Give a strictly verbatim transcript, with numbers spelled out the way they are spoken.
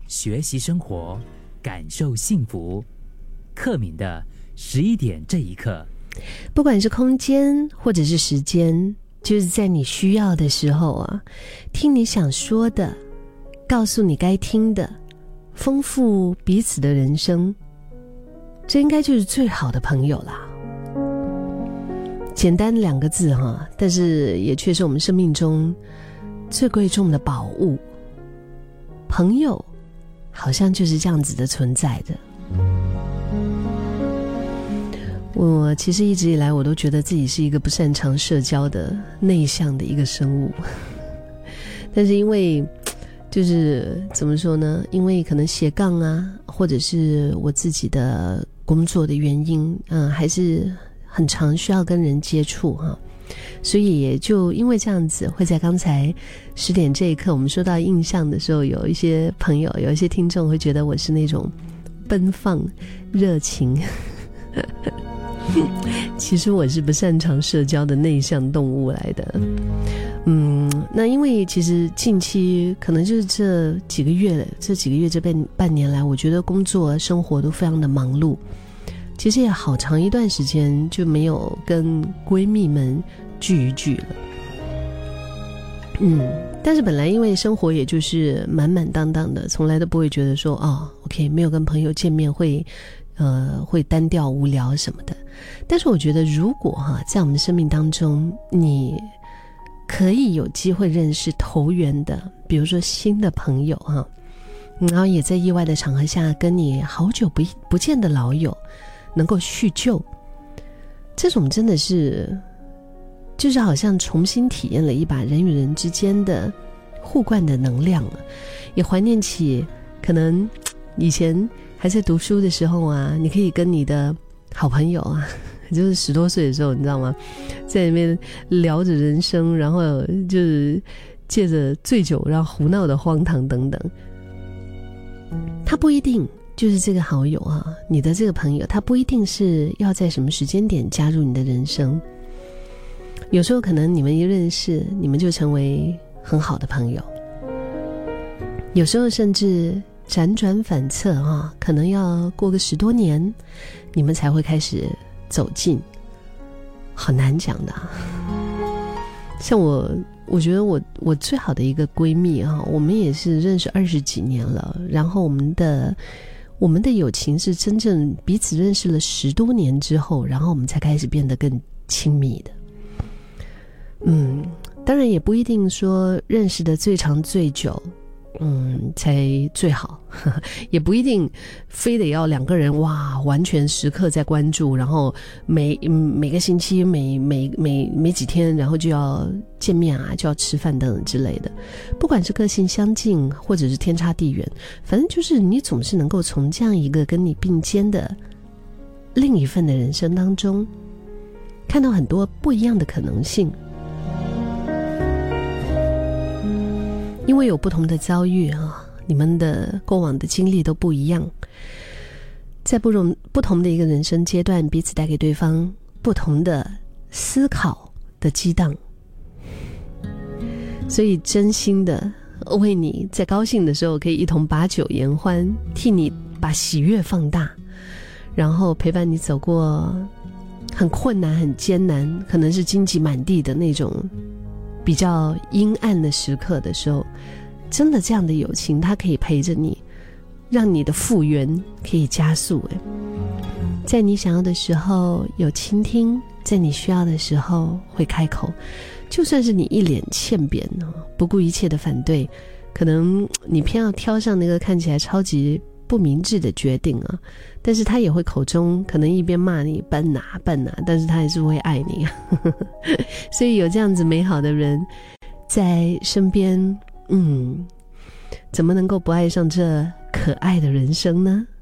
学习生活，感受幸福。克敏的十一点这一刻， 不管是空间或者是时间，就是在你需要的时候啊，听你想说的，告诉你该听的，丰富彼此的人生，这应该就是最好的朋友啦。简单两个字哈，但是也却是我们生命中最贵重的宝物。朋友好像就是这样子的存在的。我其实一直以来我都觉得自己是一个不擅长社交的内向的一个生物，但是因为就是怎么说呢，因为可能斜杠啊，或者是我自己的工作的原因，嗯、呃，还是很常需要跟人接触哈、啊，所以也就因为这样子，会在刚才十点这一刻我们说到印象的时候，有一些朋友有一些听众会觉得我是那种奔放热情其实我是不擅长社交的内向动物来的。嗯，那因为其实近期可能就是这几个月这几个月这半半年来，我觉得工作生活都非常的忙碌，其实也好长一段时间就没有跟闺蜜们聚一聚了。嗯，但是本来因为生活也就是满满当当的，从来都不会觉得说哦 OK 没有跟朋友见面会呃会单调无聊什么的。但是我觉得如果哈在我们的生命当中，你可以有机会认识投缘的，比如说新的朋友哈，然后也在意外的场合下跟你好久不不见的老友能够叙旧，这种真的是就是好像重新体验了一把人与人之间的互灌的能量了，也怀念起可能以前还在读书的时候啊，你可以跟你的好朋友啊，就是十多岁的时候你知道吗，在那边聊着人生，然后就是借着醉酒然后胡闹的荒唐等等。他不一定就是这个好友啊，你的这个朋友他不一定是要在什么时间点加入你的人生，有时候可能你们一认识你们就成为很好的朋友，有时候甚至辗转反侧啊，可能要过个十多年你们才会开始走近，很难讲的、啊、像我我觉得我我最好的一个闺蜜啊，我们也是认识二十几年了，然后我们的我们的友情是真正彼此认识了十多年之后，然后我们才开始变得更亲密的。嗯，当然也不一定说认识的最长最久嗯才最好，呵呵，也不一定非得要两个人哇完全时刻在关注，然后每每个星期每每每每几天然后就要见面啊，就要吃饭等等之类的。不管是个性相近或者是天差地远，反正就是你总是能够从这样一个跟你并肩的另一份的人生当中看到很多不一样的可能性。因为有不同的遭遇啊，你们的过往的经历都不一样，在不同不同的一个人生阶段，彼此带给对方不同的思考的激荡，所以真心的为你在高兴的时候可以一同把酒言欢，替你把喜悦放大，然后陪伴你走过很困难很艰难，可能是荆棘满地的那种比较阴暗的时刻的时候，真的这样的友情它可以陪着你，让你的复原可以加速。在你想要的时候有倾听，在你需要的时候会开口，就算是你一脸欠扁不顾一切的反对，可能你偏要挑上那个看起来超级不明智的决定啊，但是他也会口中可能一边骂你笨啊笨啊，但是他还是会爱你所以有这样子美好的人在身边，嗯，怎么能够不爱上这可爱的人生呢？